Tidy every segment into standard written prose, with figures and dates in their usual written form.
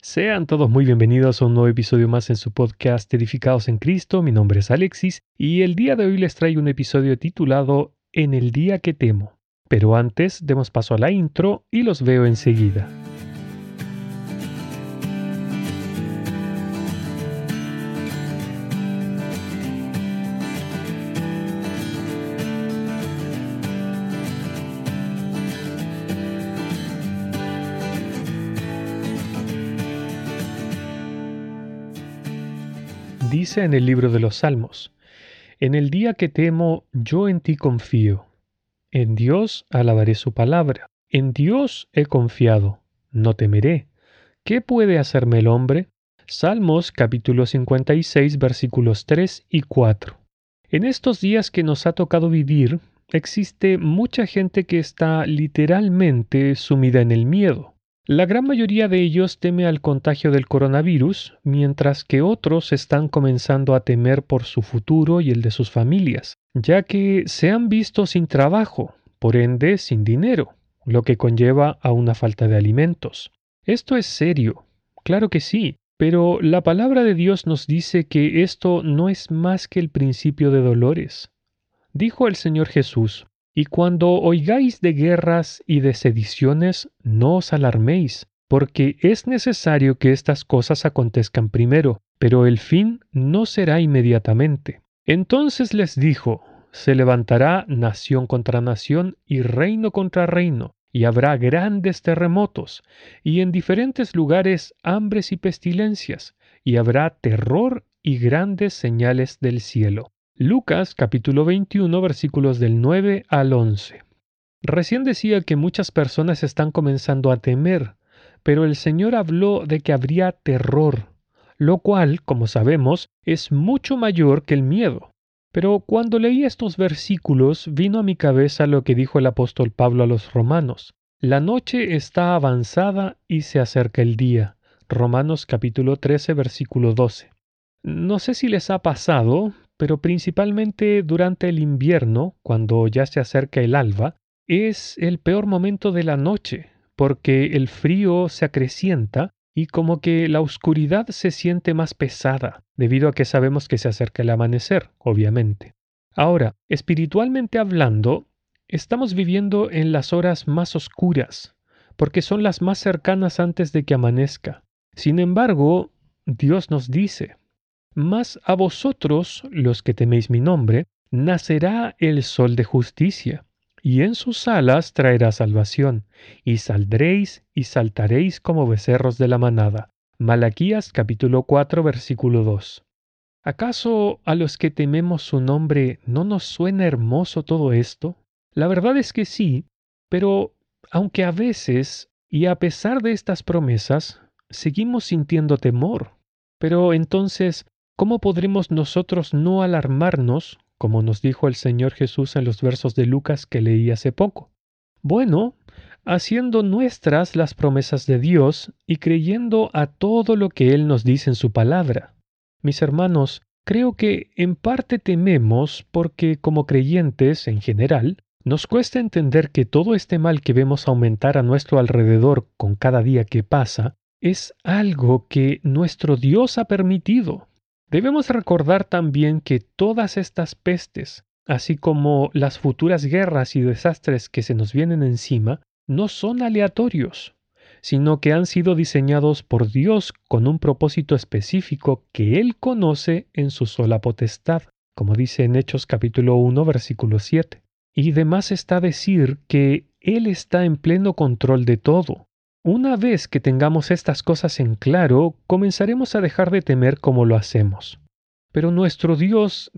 Sean todos muy bienvenidos a un nuevo episodio más en su podcast Edificados en Cristo. Mi nombre es Alexis y el día de hoy les traigo un episodio titulado En el día que temo. Pero antes demos paso a la intro y los veo enseguida. Dice en el libro de los Salmos: En el día que temo, yo en ti confío. En Dios alabaré su palabra. En Dios he confiado. No temeré. ¿Qué puede hacerme el hombre? Salmos capítulo 56 versículos 3 y 4. En estos días que nos ha tocado vivir, existe mucha gente que está literalmente sumida en el miedo. La gran mayoría de ellos teme al contagio del coronavirus, mientras que otros están comenzando a temer por su futuro y el de sus familias, ya que se han visto sin trabajo, por ende sin dinero, lo que conlleva a una falta de alimentos. Esto es serio, claro que sí, pero la palabra de Dios nos dice que esto no es más que el principio de dolores. Dijo el Señor Jesús: Y cuando oigáis de guerras y de sediciones, no os alarméis, porque es necesario que estas cosas acontezcan primero, pero el fin no será inmediatamente. Entonces les dijo: Se levantará nación contra nación y reino contra reino, y habrá grandes terremotos, y en diferentes lugares hambres y pestilencias, y habrá terror y grandes señales del cielo. Lucas capítulo 21 versículos del 9 al 11. Recién decía que muchas personas están comenzando a temer, pero el Señor habló de que habría terror, lo cual, como sabemos, es mucho mayor que el miedo. Pero cuando leí estos versículos vino a mi cabeza lo que dijo el apóstol Pablo a los romanos: La noche está avanzada y se acerca el día. Romanos capítulo 13 versículo 12. No sé si les ha pasado, pero principalmente durante el invierno, cuando ya se acerca el alba, es el peor momento de la noche, porque el frío se acrecienta y como que la oscuridad se siente más pesada, debido a que sabemos que se acerca el amanecer, obviamente. Ahora, espiritualmente hablando, estamos viviendo en las horas más oscuras, porque son las más cercanas antes de que amanezca. Sin embargo, Dios nos dice: Mas a vosotros, los que teméis mi nombre, nacerá el sol de justicia, y en sus alas traerá salvación, y saldréis y saltaréis como becerros de la manada. Malaquías capítulo 4 versículo 2. ¿Acaso a los que tememos su nombre no nos suena hermoso todo esto? La verdad es que sí, pero aunque a veces, y a pesar de estas promesas, seguimos sintiendo temor. Pero entonces, ¿cómo podremos nosotros no alarmarnos, como nos dijo el Señor Jesús en los versos de Lucas que leí hace poco? Bueno, haciendo nuestras las promesas de Dios y creyendo a todo lo que Él nos dice en su palabra. Mis hermanos, creo que en parte tememos porque como creyentes en general, nos cuesta entender que todo este mal que vemos aumentar a nuestro alrededor con cada día que pasa, es algo que nuestro Dios ha permitido. Debemos recordar también que todas estas pestes, así como las futuras guerras y desastres que se nos vienen encima, no son aleatorios, sino que han sido diseñados por Dios con un propósito específico que Él conoce en su sola potestad, como dice en Hechos capítulo 1 versículo 7. Y demás está decir que Él está en pleno control de todo. Una vez que tengamos estas cosas en claro, comenzaremos a dejar de temer como lo hacemos. Pero nuestro Dios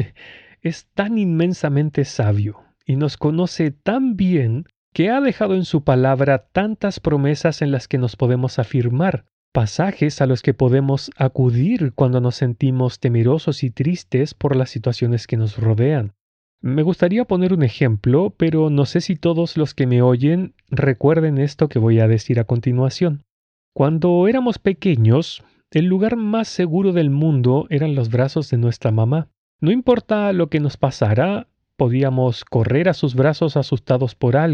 es tan inmensamente sabio y nos conoce tan bien que ha dejado en su palabra tantas promesas en las que nos podemos afirmar, pasajes a los que podemos acudir cuando nos sentimos temerosos y tristes por las situaciones que nos rodean. Me gustaría poner un ejemplo, pero no sé si todos los que me oyen recuerden esto que voy a decir a continuación. Cuando éramos pequeños, el lugar más seguro del mundo eran los brazos de nuestra mamá. No importa lo que nos pasara, podíamos correr a sus brazos asustados por algo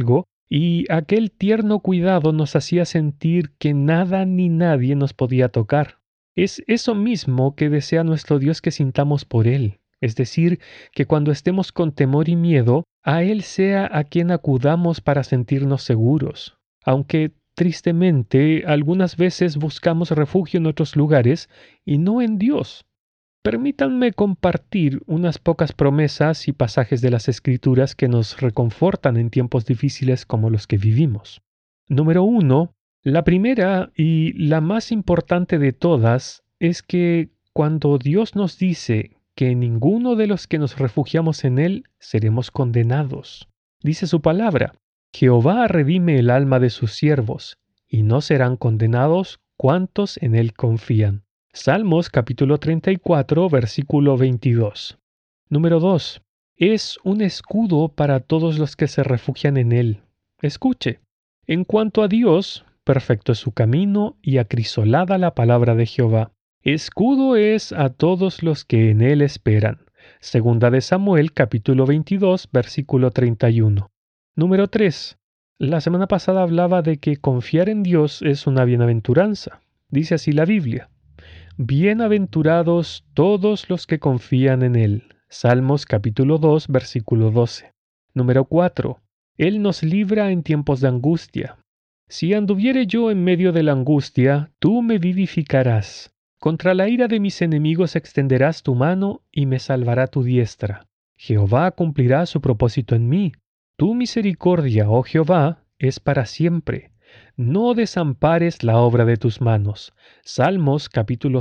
y aquel tierno cuidado nos hacía sentir que nada ni nadie nos podía tocar. Es eso mismo que desea nuestro Dios que sintamos por Él, es decir, que cuando estemos con temor y miedo, a Él sea a quien acudamos para sentirnos seguros. Aunque, tristemente, algunas veces buscamos refugio en otros lugares y no en Dios. Permítanme compartir unas pocas promesas y pasajes de las Escrituras que nos reconfortan en tiempos difíciles como los que vivimos. Número 1. La primera y la más importante de todas es que cuando Dios nos dice que ninguno de los que nos refugiamos en Él seremos condenados. Dice su palabra: Jehová redime el alma de sus siervos, y no serán condenados cuantos en Él confían. Salmos capítulo 34, versículo 22. Número 2. Es un escudo para todos los que se refugian en Él. Escuche. En cuanto a Dios, perfecto es su camino y acrisolada la palabra de Jehová. Escudo es a todos los que en Él esperan. Segunda de Samuel capítulo 22, versículo 31. Número 3. La semana pasada hablaba de que confiar en Dios es una bienaventuranza. Dice así la Biblia: Bienaventurados todos los que confían en Él. Salmos capítulo 2, versículo 12. Número 4. Él nos libra en tiempos de angustia. Si anduviere yo en medio de la angustia, tú me vivificarás. Contra la ira de mis enemigos extenderás tu mano y me salvará tu diestra. Jehová cumplirá su propósito en mí. Tu misericordia, oh Jehová, es para siempre. No desampares la obra de tus manos. Salmos capítulo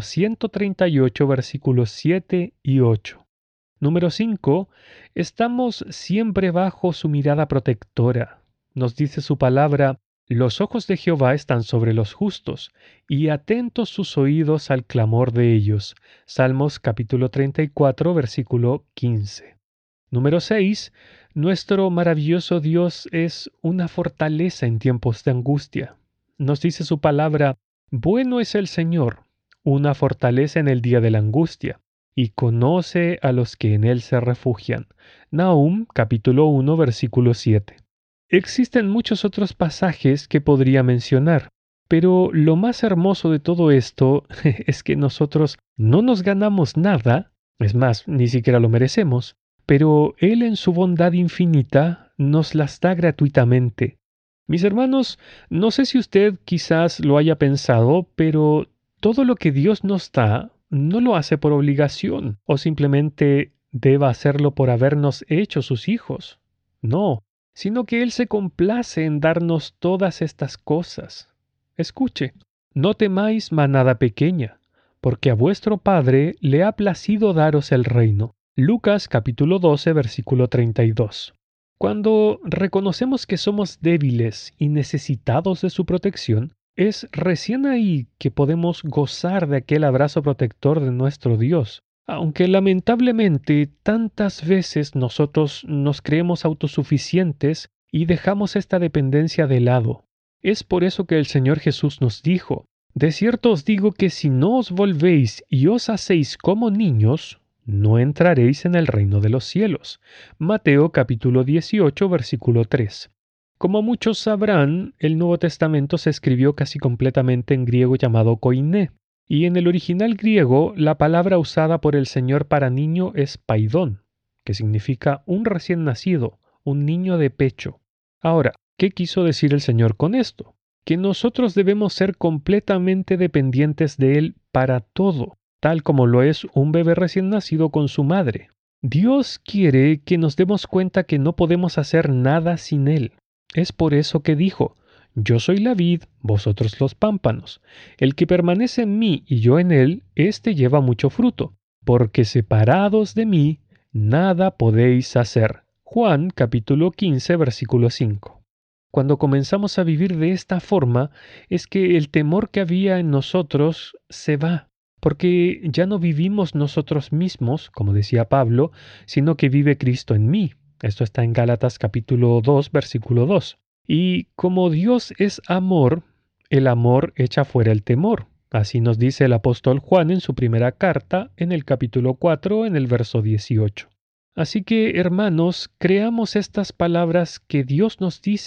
138 versículos 7 y 8. Número 5. Estamos siempre bajo su mirada protectora. Nos dice su palabra: los ojos de Jehová están sobre los justos, y atentos sus oídos al clamor de ellos. Salmos capítulo 34 versículo 15. Número 6. Nuestro maravilloso Dios es una fortaleza en tiempos de angustia. Nos dice su palabra: bueno es el Señor, una fortaleza en el día de la angustia, y conoce a los que en Él se refugian. Nahum capítulo 1 versículo 7. Existen muchos otros pasajes que podría mencionar, pero lo más hermoso de todo esto es que nosotros no nos ganamos nada, es más, ni siquiera lo merecemos, pero Él en su bondad infinita nos las da gratuitamente. Mis hermanos, no sé si usted quizás lo haya pensado, pero todo lo que Dios nos da no lo hace por obligación o simplemente deba hacerlo por habernos hecho sus hijos. No, sino que Él se complace en darnos todas estas cosas. Escuche: no temáis manada pequeña, porque a vuestro Padre le ha placido daros el reino. Lucas capítulo 12 versículo 32. Cuando reconocemos que somos débiles y necesitados de su protección, es recién ahí que podemos gozar de aquel abrazo protector de nuestro Dios. Aunque lamentablemente tantas veces nosotros nos creemos autosuficientes y dejamos esta dependencia de lado. Es por eso que el Señor Jesús nos dijo: de cierto os digo que si no os volvéis y os hacéis como niños, no entraréis en el reino de los cielos. Mateo capítulo 18 versículo 3. Como muchos sabrán, el Nuevo Testamento se escribió casi completamente en griego llamado koiné. Y en el original griego, la palabra usada por el Señor para niño es paidón, que significa un recién nacido, un niño de pecho. Ahora, ¿qué quiso decir el Señor con esto? Que nosotros debemos ser completamente dependientes de Él para todo, tal como lo es un bebé recién nacido con su madre. Dios quiere que nos demos cuenta que no podemos hacer nada sin Él. Es por eso que dijo: yo soy la vid, vosotros los pámpanos. El que permanece en mí y yo en él, éste lleva mucho fruto, porque separados de mí, nada podéis hacer. Juan capítulo 15, versículo 5. Cuando comenzamos a vivir de esta forma, es que el temor que había en nosotros se va, porque ya no vivimos nosotros mismos, como decía Pablo, sino que vive Cristo en mí. Esto está en Gálatas capítulo 2, versículo 2. Y como Dios es amor, el amor echa fuera el temor. Así nos dice el apóstol Juan en su primera carta, en el capítulo 4, en el verso 18. Así que, hermanos, creamos estas palabras que Dios nos dice: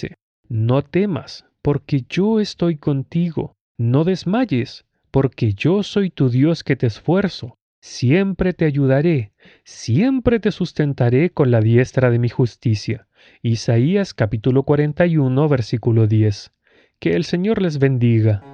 No temas, porque yo estoy contigo. No desmayes, porque yo soy tu Dios que te esfuerzo. Siempre te ayudaré, siempre te sustentaré con la diestra de mi justicia. Isaías capítulo 41, versículo 10. Que el Señor les bendiga.